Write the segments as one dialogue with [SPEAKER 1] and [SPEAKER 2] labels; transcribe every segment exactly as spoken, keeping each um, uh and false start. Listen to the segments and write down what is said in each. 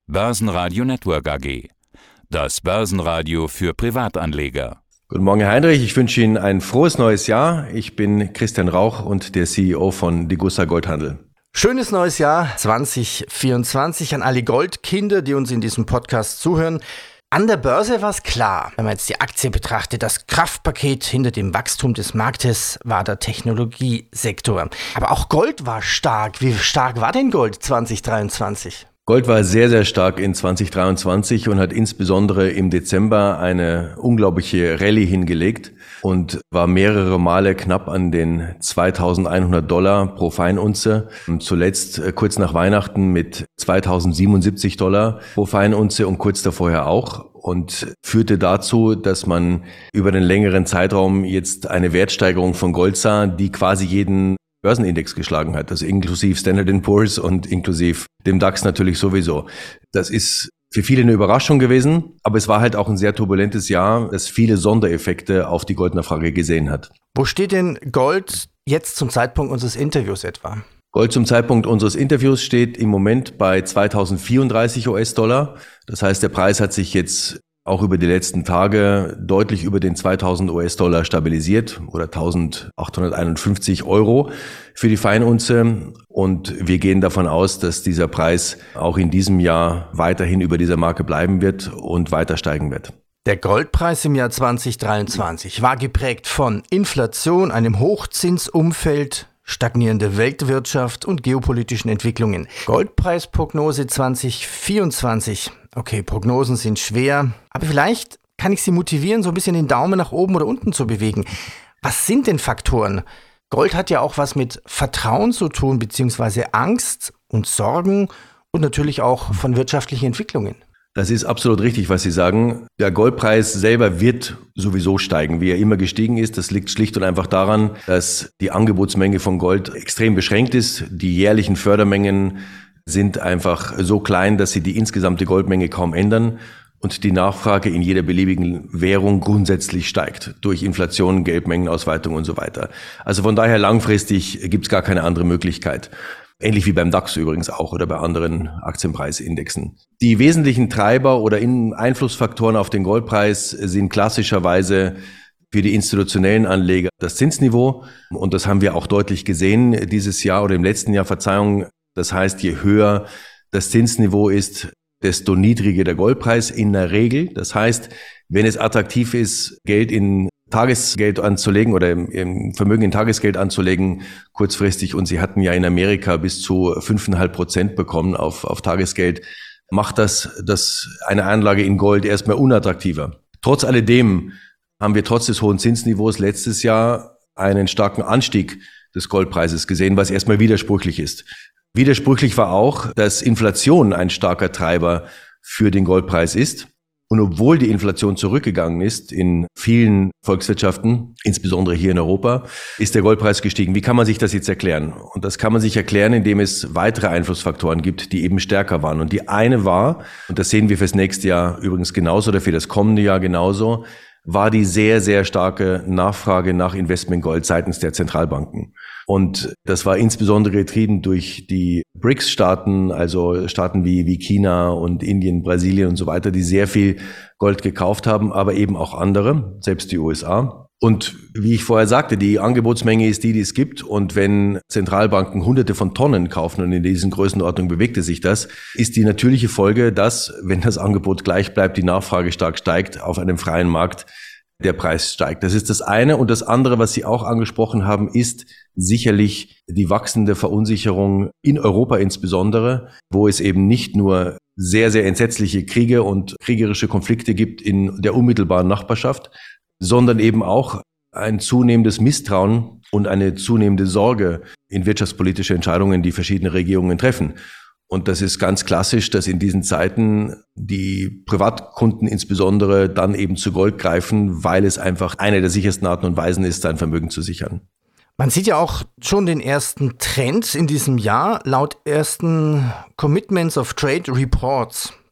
[SPEAKER 1] Börsenradio Network A G. Das Börsenradio für Privatanleger.
[SPEAKER 2] Guten Morgen, Herr Heinrich. Ich wünsche Ihnen ein frohes neues Jahr. Ich bin Christian Rauch und der C E O von Degussa Goldhandel.
[SPEAKER 3] Schönes neues Jahr zwanzig vierundzwanzig an alle Goldkinder, die uns in diesem Podcast zuhören. An der Börse war es klar, wenn man jetzt die Aktie betrachtet, das Kraftpaket hinter dem Wachstum des Marktes war der Technologiesektor. Aber auch Gold war stark. Wie stark war denn Gold zwanzig dreiundzwanzig?
[SPEAKER 2] Gold war sehr, sehr stark in zwanzig dreiundzwanzig und hat insbesondere im Dezember eine unglaubliche Rallye hingelegt und war mehrere Male knapp an den zweitausendeinhundert Dollar pro Feinunze. Zuletzt kurz nach Weihnachten mit zweitausendsiebenundsiebzig Dollar pro Feinunze und kurz davor auch. Und führte dazu, dass man über den längeren Zeitraum jetzt eine Wertsteigerung von Gold sah, die quasi jeden Börsenindex geschlagen hat, also inklusive Standard and Poor's und inklusive dem DAX natürlich sowieso. Das ist für viele eine Überraschung gewesen, aber es war halt auch ein sehr turbulentes Jahr, das viele Sondereffekte auf die Goldnachfrage gesehen hat.
[SPEAKER 3] Wo steht denn Gold jetzt zum Zeitpunkt unseres Interviews etwa?
[SPEAKER 2] Gold zum Zeitpunkt unseres Interviews steht im Moment bei zweitausendvierunddreißig US-Dollar. Das heißt, der Preis hat sich jetzt auch über die letzten Tage deutlich über den zweitausend US-Dollar stabilisiert oder eintausendachthunderteinundfünfzig Euro für die Feinunze. Und wir gehen davon aus, dass dieser Preis auch in diesem Jahr weiterhin über dieser Marke bleiben wird und weiter steigen wird.
[SPEAKER 3] Der Goldpreis im Jahr zwanzig dreiundzwanzig war geprägt von Inflation, einem Hochzinsumfeld, stagnierende Weltwirtschaft und geopolitischen Entwicklungen. Goldpreisprognose zwanzig vierundzwanzig. Okay, Prognosen sind schwer, aber vielleicht kann ich Sie motivieren, so ein bisschen den Daumen nach oben oder unten zu bewegen. Was sind denn Faktoren? Gold hat ja auch was mit Vertrauen zu tun, beziehungsweise Angst und Sorgen und natürlich auch von wirtschaftlichen Entwicklungen.
[SPEAKER 2] Das ist absolut richtig, was Sie sagen. Der Goldpreis selber wird sowieso steigen, wie er immer gestiegen ist. Das liegt schlicht und einfach daran, dass die Angebotsmenge von Gold extrem beschränkt ist. Die jährlichen Fördermengen sind einfach so klein, dass sie die insgesamte Goldmenge kaum ändern und die Nachfrage in jeder beliebigen Währung grundsätzlich steigt durch Inflation, Geldmengenausweitung und so weiter. Also von daher langfristig gibt es gar keine andere Möglichkeit. Ähnlich wie beim DAX übrigens auch oder bei anderen Aktienpreisindexen. Die wesentlichen Treiber oder Einflussfaktoren auf den Goldpreis sind klassischerweise für die institutionellen Anleger das Zinsniveau. Und das haben wir auch deutlich gesehen dieses Jahr oder im letzten Jahr, Verzeihung. Das heißt, je höher das Zinsniveau ist, desto niedriger der Goldpreis in der Regel. Das heißt, wenn es attraktiv ist, Geld in Tagesgeld anzulegen oder im Vermögen in Tagesgeld anzulegen, kurzfristig, und Sie hatten ja in Amerika bis zu fünf Komma fünf Prozent bekommen auf, auf Tagesgeld, macht das, das eine Anlage in Gold erstmal unattraktiver. Trotz alledem haben wir trotz des hohen Zinsniveaus letztes Jahr einen starken Anstieg des Goldpreises gesehen, was erstmal widersprüchlich ist. Widersprüchlich war auch, dass Inflation ein starker Treiber für den Goldpreis ist. Und obwohl die Inflation zurückgegangen ist in vielen Volkswirtschaften, insbesondere hier in Europa, ist der Goldpreis gestiegen. Wie kann man sich das jetzt erklären? Und das kann man sich erklären, indem es weitere Einflussfaktoren gibt, die eben stärker waren. Und die eine war, und das sehen wir fürs nächste Jahr übrigens genauso oder für das kommende Jahr genauso, war die sehr, sehr starke Nachfrage nach Investmentgold seitens der Zentralbanken. Und das war insbesondere getrieben durch die B R I C S-Staaten, also Staaten wie, wie China und Indien, Brasilien und so weiter, die sehr viel Gold gekauft haben, aber eben auch andere, selbst die U S A. Und wie ich vorher sagte, die Angebotsmenge ist die, die es gibt. Und wenn Zentralbanken hunderte von Tonnen kaufen, und in diesen Größenordnungen bewegte sich das, ist die natürliche Folge, dass, wenn das Angebot gleich bleibt, die Nachfrage stark steigt auf einem freien Markt, der Preis steigt. Das ist das eine. Und das andere, was Sie auch angesprochen haben, ist sicherlich die wachsende Verunsicherung in Europa insbesondere, wo es eben nicht nur sehr, sehr entsetzliche Kriege und kriegerische Konflikte gibt in der unmittelbaren Nachbarschaft, sondern eben auch ein zunehmendes Misstrauen und eine zunehmende Sorge in wirtschaftspolitische Entscheidungen, die verschiedene Regierungen treffen. Und das ist ganz klassisch, dass in diesen Zeiten die Privatkunden insbesondere dann eben zu Gold greifen, weil es einfach eine der sichersten Arten und Weisen ist, sein Vermögen zu sichern.
[SPEAKER 3] Man sieht ja auch schon den ersten Trend in diesem Jahr. Laut ersten Commitments of Trade Reports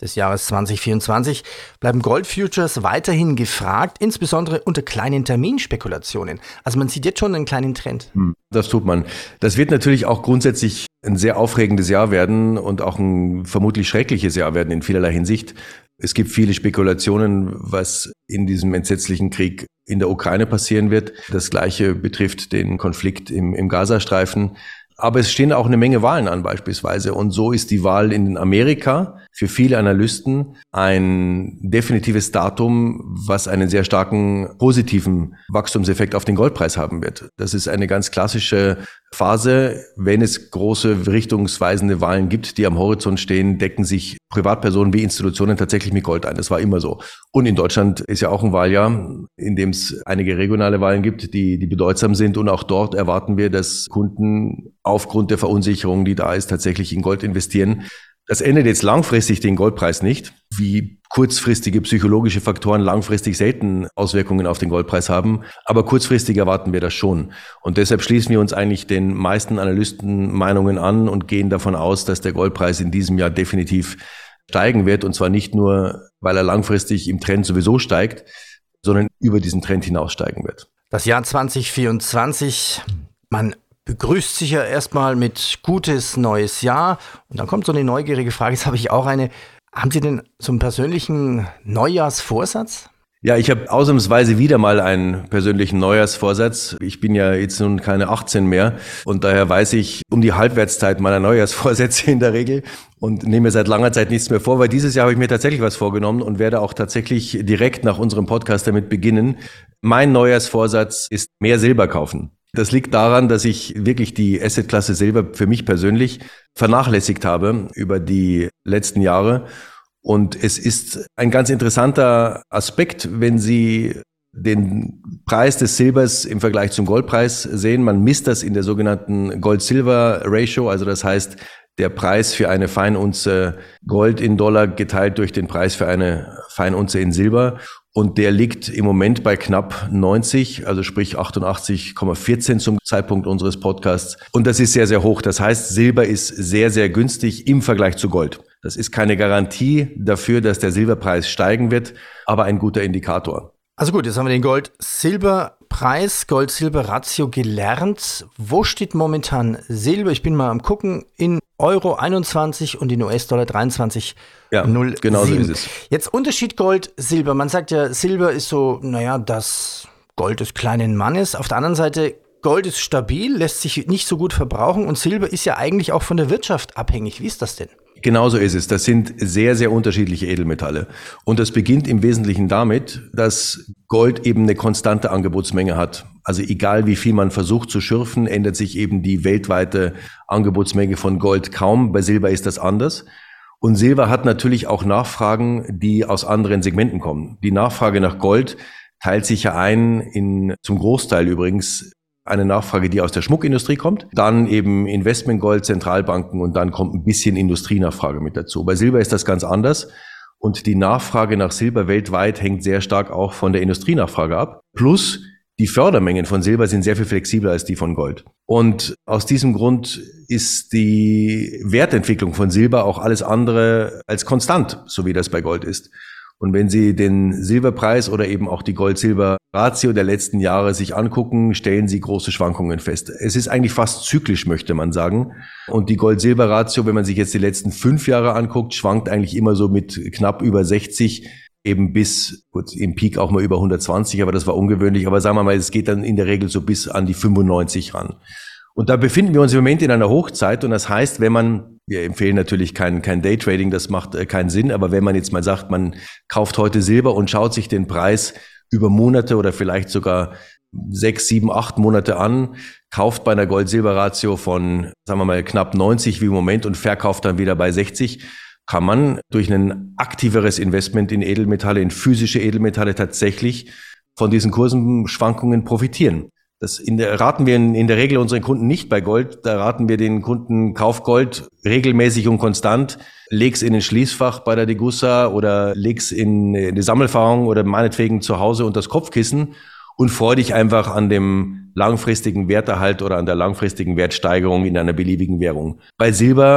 [SPEAKER 3] des Jahres zwanzig vierundzwanzig bleiben Goldfutures weiterhin gefragt, insbesondere unter kleinen Terminspekulationen. Also man sieht jetzt schon einen kleinen Trend.
[SPEAKER 2] Das tut man. Das wird natürlich auch grundsätzlich ein sehr aufregendes Jahr werden und auch ein vermutlich schreckliches Jahr werden in vielerlei Hinsicht. Es gibt viele Spekulationen, was in diesem entsetzlichen Krieg in der Ukraine passieren wird. Das Gleiche betrifft den Konflikt im, im Gazastreifen. Aber es stehen auch eine Menge Wahlen an beispielsweise. Und so ist die Wahl in Amerika für viele Analysten ein definitives Datum, was einen sehr starken positiven Wachstumseffekt auf den Goldpreis haben wird. Das ist eine ganz klassische Phase. Wenn es große richtungsweisende Wahlen gibt, die am Horizont stehen, decken sich Privatpersonen wie Institutionen tatsächlich mit Gold ein. Das war immer so. Und in Deutschland ist ja auch ein Wahljahr, in dem es einige regionale Wahlen gibt, die, die bedeutsam sind. Und auch dort erwarten wir, dass Kunden aufgrund der Verunsicherung, die da ist, tatsächlich in Gold investieren. Das ändert jetzt langfristig den Goldpreis nicht, wie kurzfristige psychologische Faktoren langfristig selten Auswirkungen auf den Goldpreis haben. Aber kurzfristig erwarten wir das schon. Und deshalb schließen wir uns eigentlich den meisten Analystenmeinungen an und gehen davon aus, dass der Goldpreis in diesem Jahr definitiv steigen wird. Und zwar nicht nur, weil er langfristig im Trend sowieso steigt, sondern über diesen Trend hinaus steigen wird.
[SPEAKER 3] Das Jahr zwanzig vierundzwanzig, man begrüßt sich ja erstmal mit gutes neues Jahr und dann kommt so eine neugierige Frage, jetzt habe ich auch eine. Haben Sie denn so einen persönlichen Neujahrsvorsatz?
[SPEAKER 2] Ja, ich habe ausnahmsweise wieder mal einen persönlichen Neujahrsvorsatz. Ich bin ja jetzt nun keine achtzehn mehr und daher weiß ich um die Halbwertszeit meiner Neujahrsvorsätze in der Regel und nehme mir seit langer Zeit nichts mehr vor, weil dieses Jahr habe ich mir tatsächlich was vorgenommen und werde auch tatsächlich direkt nach unserem Podcast damit beginnen. Mein Neujahrsvorsatz ist mehr Silber kaufen. Das liegt daran, dass ich wirklich die Assetklasse Silber für mich persönlich vernachlässigt habe über die letzten Jahre. Und es ist ein ganz interessanter Aspekt, wenn Sie den Preis des Silbers im Vergleich zum Goldpreis sehen. Man misst das in der sogenannten Gold-Silber-Ratio, also das heißt, der Preis für eine Feinunze Gold in Dollar geteilt durch den Preis für eine Feinunze in Silber. Und der liegt im Moment bei knapp neunzig, also sprich achtundachtzig Komma vierzehn zum Zeitpunkt unseres Podcasts. Und das ist sehr, sehr hoch. Das heißt, Silber ist sehr, sehr günstig im Vergleich zu Gold. Das ist keine Garantie dafür, dass der Silberpreis steigen wird, aber ein guter Indikator.
[SPEAKER 3] Also gut, jetzt haben wir den Gold-Silber-Preis, Gold-Silber-Ratio gelernt. Wo steht momentan Silber? Ich bin mal am gucken, in Euro einundzwanzig und in U S-Dollar dreiundzwanzig Komma null sieben.
[SPEAKER 2] Ja, genau so ist es.
[SPEAKER 3] Jetzt Unterschied Gold-Silber. Man sagt ja, Silber ist so, naja, das Gold des kleinen Mannes. Auf der anderen Seite, Gold ist stabil, lässt sich nicht so gut verbrauchen und Silber ist ja eigentlich auch von der Wirtschaft abhängig. Wie ist das denn?
[SPEAKER 2] Genauso ist es. Das sind sehr, sehr unterschiedliche Edelmetalle. Und das beginnt im Wesentlichen damit, dass Gold eben eine konstante Angebotsmenge hat. Also egal wie viel man versucht zu schürfen, ändert sich eben die weltweite Angebotsmenge von Gold kaum. Bei Silber ist das anders. Und Silber hat natürlich auch Nachfragen, die aus anderen Segmenten kommen. Die Nachfrage nach Gold teilt sich ja ein in, zum Großteil übrigens, eine Nachfrage, die aus der Schmuckindustrie kommt, dann eben Investmentgold, Zentralbanken und dann kommt ein bisschen Industrienachfrage mit dazu. Bei Silber ist das ganz anders und die Nachfrage nach Silber weltweit hängt sehr stark auch von der Industrienachfrage ab. Plus die Fördermengen von Silber sind sehr viel flexibler als die von Gold. Und aus diesem Grund ist die Wertentwicklung von Silber auch alles andere als konstant, so wie das bei Gold ist. Und wenn Sie den Silberpreis oder eben auch die Gold-Silber-Ratio der letzten Jahre sich angucken, stellen Sie große Schwankungen fest. Es ist eigentlich fast zyklisch, möchte man sagen. Und die Gold-Silber-Ratio, wenn man sich jetzt die letzten fünf Jahre anguckt, schwankt eigentlich immer so mit knapp über sechzig, eben bis, gut, im Peak auch mal über hundertzwanzig, aber das war ungewöhnlich. Aber sagen wir mal, es geht dann in der Regel so bis an die fünfundneunzig ran. Und da befinden wir uns im Moment in einer Hochzeit und das heißt, wenn man, wir empfehlen natürlich kein, kein Daytrading, das macht äh, keinen Sinn, aber wenn man jetzt mal sagt, man kauft heute Silber und schaut sich den Preis über Monate oder vielleicht sogar sechs, sieben, acht Monate an, kauft bei einer Gold-Silber-Ratio von, sagen wir mal, knapp neunzig wie im Moment und verkauft dann wieder bei sechzig, kann man durch ein aktiveres Investment in Edelmetalle, in physische Edelmetalle tatsächlich von diesen Kursenschwankungen profitieren. Das in der, raten wir in, in der Regel unseren Kunden nicht bei Gold. Da raten wir den Kunden, kauf Gold regelmäßig und konstant, leg's in ein Schließfach bei der Degussa oder leg's in eine Sammelfahrung oder meinetwegen zu Hause unter das Kopfkissen und freu dich einfach an dem langfristigen Werterhalt oder an der langfristigen Wertsteigerung in einer beliebigen Währung. Bei Silber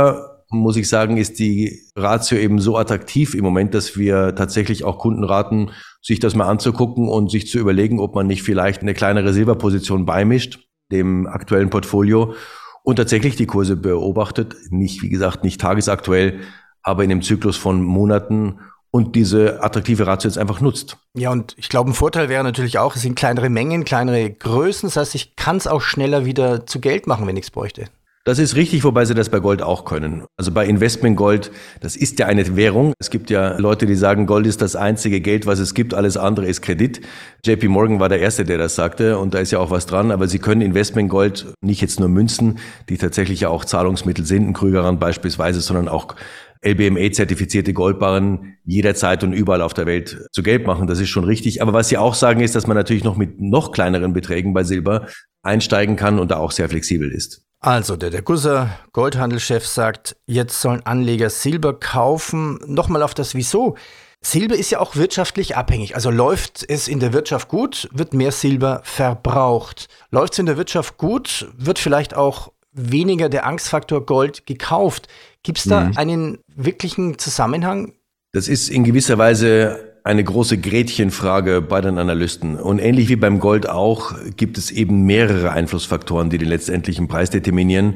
[SPEAKER 2] muss ich sagen, ist die Ratio eben so attraktiv im Moment, dass wir tatsächlich auch Kunden raten, sich das mal anzugucken und sich zu überlegen, ob man nicht vielleicht eine kleinere Silberposition beimischt, dem aktuellen Portfolio, und tatsächlich die Kurse beobachtet. Nicht, wie gesagt, nicht tagesaktuell, aber in einem Zyklus von Monaten und diese attraktive Ratio jetzt einfach nutzt.
[SPEAKER 3] Ja, und ich glaube, ein Vorteil wäre natürlich auch, es sind kleinere Mengen, kleinere Größen. Das heißt, ich kann es auch schneller wieder zu Geld machen, wenn ich es bräuchte.
[SPEAKER 2] Das ist richtig, wobei sie das bei Gold auch können. Also bei Investmentgold, das ist ja eine Währung. Es gibt ja Leute, die sagen, Gold ist das einzige Geld, was es gibt, alles andere ist Kredit. J P Morgan war der Erste, der das sagte, und da ist ja auch was dran. Aber sie können Investmentgold, nicht jetzt nur Münzen, die tatsächlich ja auch Zahlungsmittel sind, ein Krügerrand beispielsweise, sondern auch L B M A-zertifizierte Goldbarren jederzeit und überall auf der Welt zu Geld machen. Das ist schon richtig. Aber was sie auch sagen, ist, dass man natürlich noch mit noch kleineren Beträgen bei Silber einsteigen kann und da auch sehr flexibel ist.
[SPEAKER 3] Also, der Degussa, Goldhandelschef, sagt, jetzt sollen Anleger Silber kaufen. Nochmal auf das Wieso. Silber ist ja auch wirtschaftlich abhängig. Also läuft es in der Wirtschaft gut, wird mehr Silber verbraucht. Läuft es in der Wirtschaft gut, wird vielleicht auch weniger der Angstfaktor Gold gekauft. Gibt es da mhm. einen wirklichen Zusammenhang?
[SPEAKER 2] Das ist in gewisser Weise eine große Gretchenfrage bei den Analysten. Und ähnlich wie beim Gold auch gibt es eben mehrere Einflussfaktoren, die den letztendlichen Preis determinieren.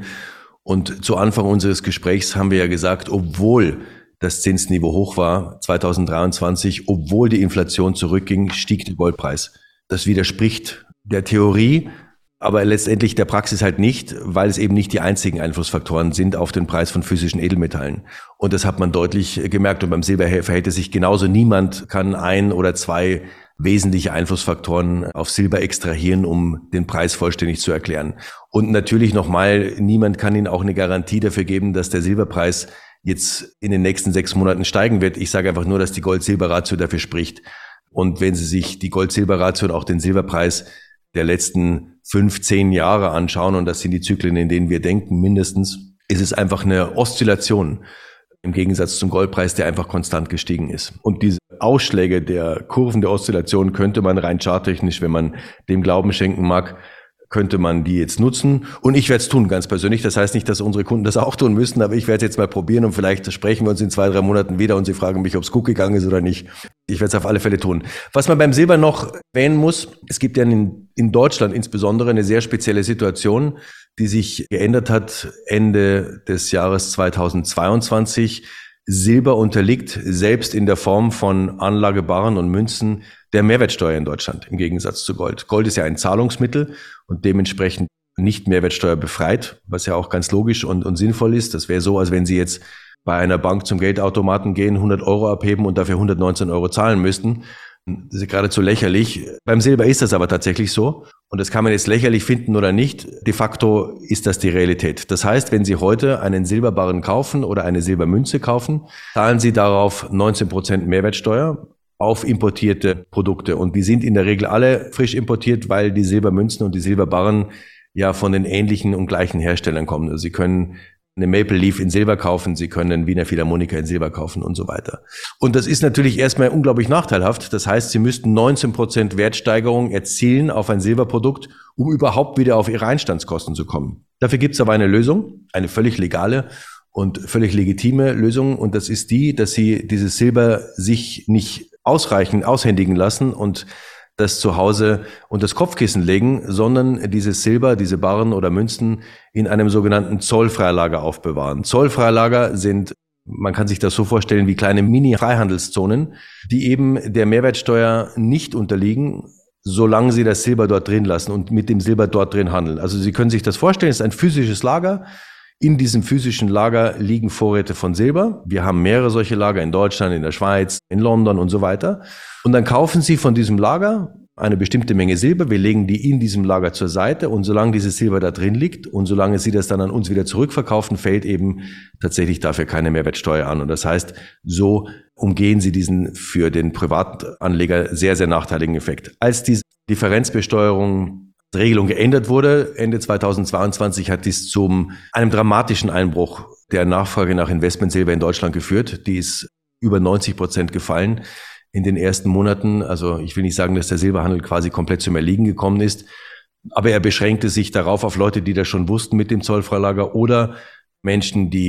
[SPEAKER 2] Und zu Anfang unseres Gesprächs haben wir ja gesagt, obwohl das Zinsniveau hoch war zwanzig dreiundzwanzig, obwohl die Inflation zurückging, stieg der Goldpreis. Das widerspricht der Theorie, aber letztendlich der Praxis halt nicht, weil es eben nicht die einzigen Einflussfaktoren sind auf den Preis von physischen Edelmetallen. Und das hat man deutlich gemerkt. Und beim Silber verhält es sich genauso. Niemand kann ein oder zwei wesentliche Einflussfaktoren auf Silber extrahieren, um den Preis vollständig zu erklären. Und natürlich nochmal, niemand kann Ihnen auch eine Garantie dafür geben, dass der Silberpreis jetzt in den nächsten sechs Monaten steigen wird. Ich sage einfach nur, dass die Gold-Silber-Ratio dafür spricht. Und wenn Sie sich die Gold-Silber-Ratio und auch den Silberpreis der letzten fünf, zehn Jahre anschauen, und das sind die Zyklen, in denen wir denken, mindestens, ist es einfach eine Oszillation im Gegensatz zum Goldpreis, der einfach konstant gestiegen ist. Und diese Ausschläge der Kurven der Oszillation könnte man rein charttechnisch, wenn man dem Glauben schenken mag, könnte man die jetzt nutzen. Und ich werde es tun, ganz persönlich. Das heißt nicht, dass unsere Kunden das auch tun müssen, aber ich werde es jetzt mal probieren und vielleicht sprechen wir uns in zwei, drei Monaten wieder und Sie fragen mich, ob es gut gegangen ist oder nicht. Ich werde es auf alle Fälle tun. Was man beim Silber noch erwähnen muss, es gibt ja in, in Deutschland insbesondere eine sehr spezielle Situation, die sich geändert hat Ende des Jahres zweitausendzweiundzwanzig. Silber unterliegt selbst in der Form von Anlagebarren und Münzen der Mehrwertsteuer in Deutschland im Gegensatz zu Gold. Gold ist ja ein Zahlungsmittel und dementsprechend nicht Mehrwertsteuer befreit, was ja auch ganz logisch und, und sinnvoll ist. Das wäre so, als wenn Sie jetzt bei einer Bank zum Geldautomaten gehen, hundert Euro abheben und dafür hundertneunzehn Euro zahlen müssten. Das ist geradezu lächerlich. Beim Silber ist das aber tatsächlich so. Und das kann man jetzt lächerlich finden oder nicht. De facto ist das die Realität. Das heißt, wenn Sie heute einen Silberbarren kaufen oder eine Silbermünze kaufen, zahlen Sie darauf neunzehn Prozent Mehrwertsteuer auf importierte Produkte. Und die sind in der Regel alle frisch importiert, weil die Silbermünzen und die Silberbarren ja von den ähnlichen und gleichen Herstellern kommen. Also Sie können eine Maple Leaf in Silber kaufen, Sie können Wiener Philharmoniker in Silber kaufen und so weiter. Und das ist natürlich erstmal unglaublich nachteilhaft. Das heißt, Sie müssten neunzehn Prozent Wertsteigerung erzielen auf ein Silberprodukt, um überhaupt wieder auf Ihre Einstandskosten zu kommen. Dafür gibt es aber eine Lösung, eine völlig legale und völlig legitime Lösung. Und das ist die, dass Sie dieses Silber sich nicht ausreichend aushändigen lassen und das zu Hause unter das Kopfkissen legen, sondern dieses Silber, diese Barren oder Münzen in einem sogenannten Zollfreilager aufbewahren. Zollfreilager sind, man kann sich das so vorstellen, wie kleine Mini-Freihandelszonen, die eben der Mehrwertsteuer nicht unterliegen, solange Sie das Silber dort drin lassen und mit dem Silber dort drin handeln. Also Sie können sich das vorstellen, es ist ein physisches Lager. In diesem physischen Lager liegen Vorräte von Silber. Wir haben mehrere solche Lager in Deutschland, in der Schweiz, in London und so weiter. Und dann kaufen Sie von diesem Lager eine bestimmte Menge Silber. Wir legen die in diesem Lager zur Seite. Und solange dieses Silber da drin liegt und solange Sie das dann an uns wieder zurückverkaufen, fällt eben tatsächlich dafür keine Mehrwertsteuer an. Und das heißt, so umgehen Sie diesen für den Privatanleger sehr, sehr nachteiligen Effekt. Als diese Differenzbesteuerung Regelung geändert wurde, Ende zweitausendzweiundzwanzig, hat dies zum einem dramatischen Einbruch der Nachfrage nach Investmentsilber in Deutschland geführt. Die ist über neunzig Prozent gefallen in den ersten Monaten. Also ich will nicht sagen, dass der Silberhandel quasi komplett zum Erliegen gekommen ist, aber er beschränkte sich darauf auf Leute, die das schon wussten mit dem Zollfreilager oder Menschen, die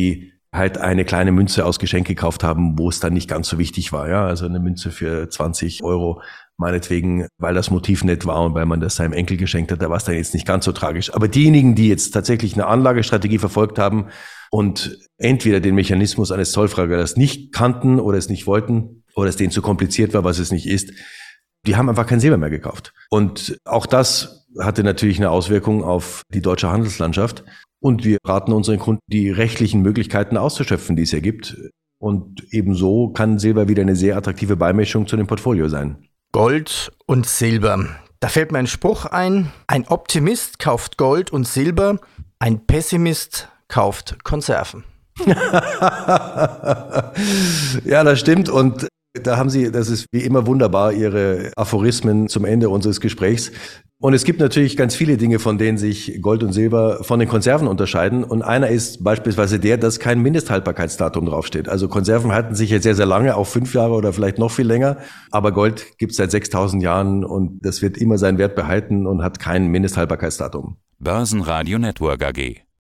[SPEAKER 2] halt eine kleine Münze aus Geschenk gekauft haben, wo es dann nicht ganz so wichtig war. Ja, also eine Münze für zwanzig Euro, meinetwegen, weil das Motiv nett war und weil man das seinem Enkel geschenkt hat, da war es dann jetzt nicht ganz so tragisch. Aber diejenigen, die jetzt tatsächlich eine Anlagestrategie verfolgt haben und entweder den Mechanismus eines Zollfreigeldes nicht kannten oder es nicht wollten oder es denen zu kompliziert war, was es nicht ist, die haben einfach kein Silber mehr gekauft. Und auch das hatte natürlich eine Auswirkung auf die deutsche Handelslandschaft. Und wir raten unseren Kunden, die rechtlichen Möglichkeiten auszuschöpfen, die es hier gibt. Und ebenso kann Silber wieder eine sehr attraktive Beimischung zu dem Portfolio sein.
[SPEAKER 3] Gold und Silber. Da fällt mir ein Spruch ein. Ein Optimist kauft Gold und Silber, ein Pessimist kauft Konserven.
[SPEAKER 2] Ja, das stimmt. Und da haben Sie, das ist wie immer wunderbar, Ihre Aphorismen zum Ende unseres Gesprächs. Und es gibt natürlich ganz viele Dinge, von denen sich Gold und Silber von den Konserven unterscheiden. Und einer ist beispielsweise der, dass kein Mindesthaltbarkeitsdatum draufsteht. Also Konserven halten sich jetzt sehr, sehr lange, auch fünf Jahre oder vielleicht noch viel länger. Aber Gold gibt es seit sechstausend Jahren und das wird immer seinen Wert behalten und hat kein Mindesthaltbarkeitsdatum.
[SPEAKER 1] Börsenradio Network A G.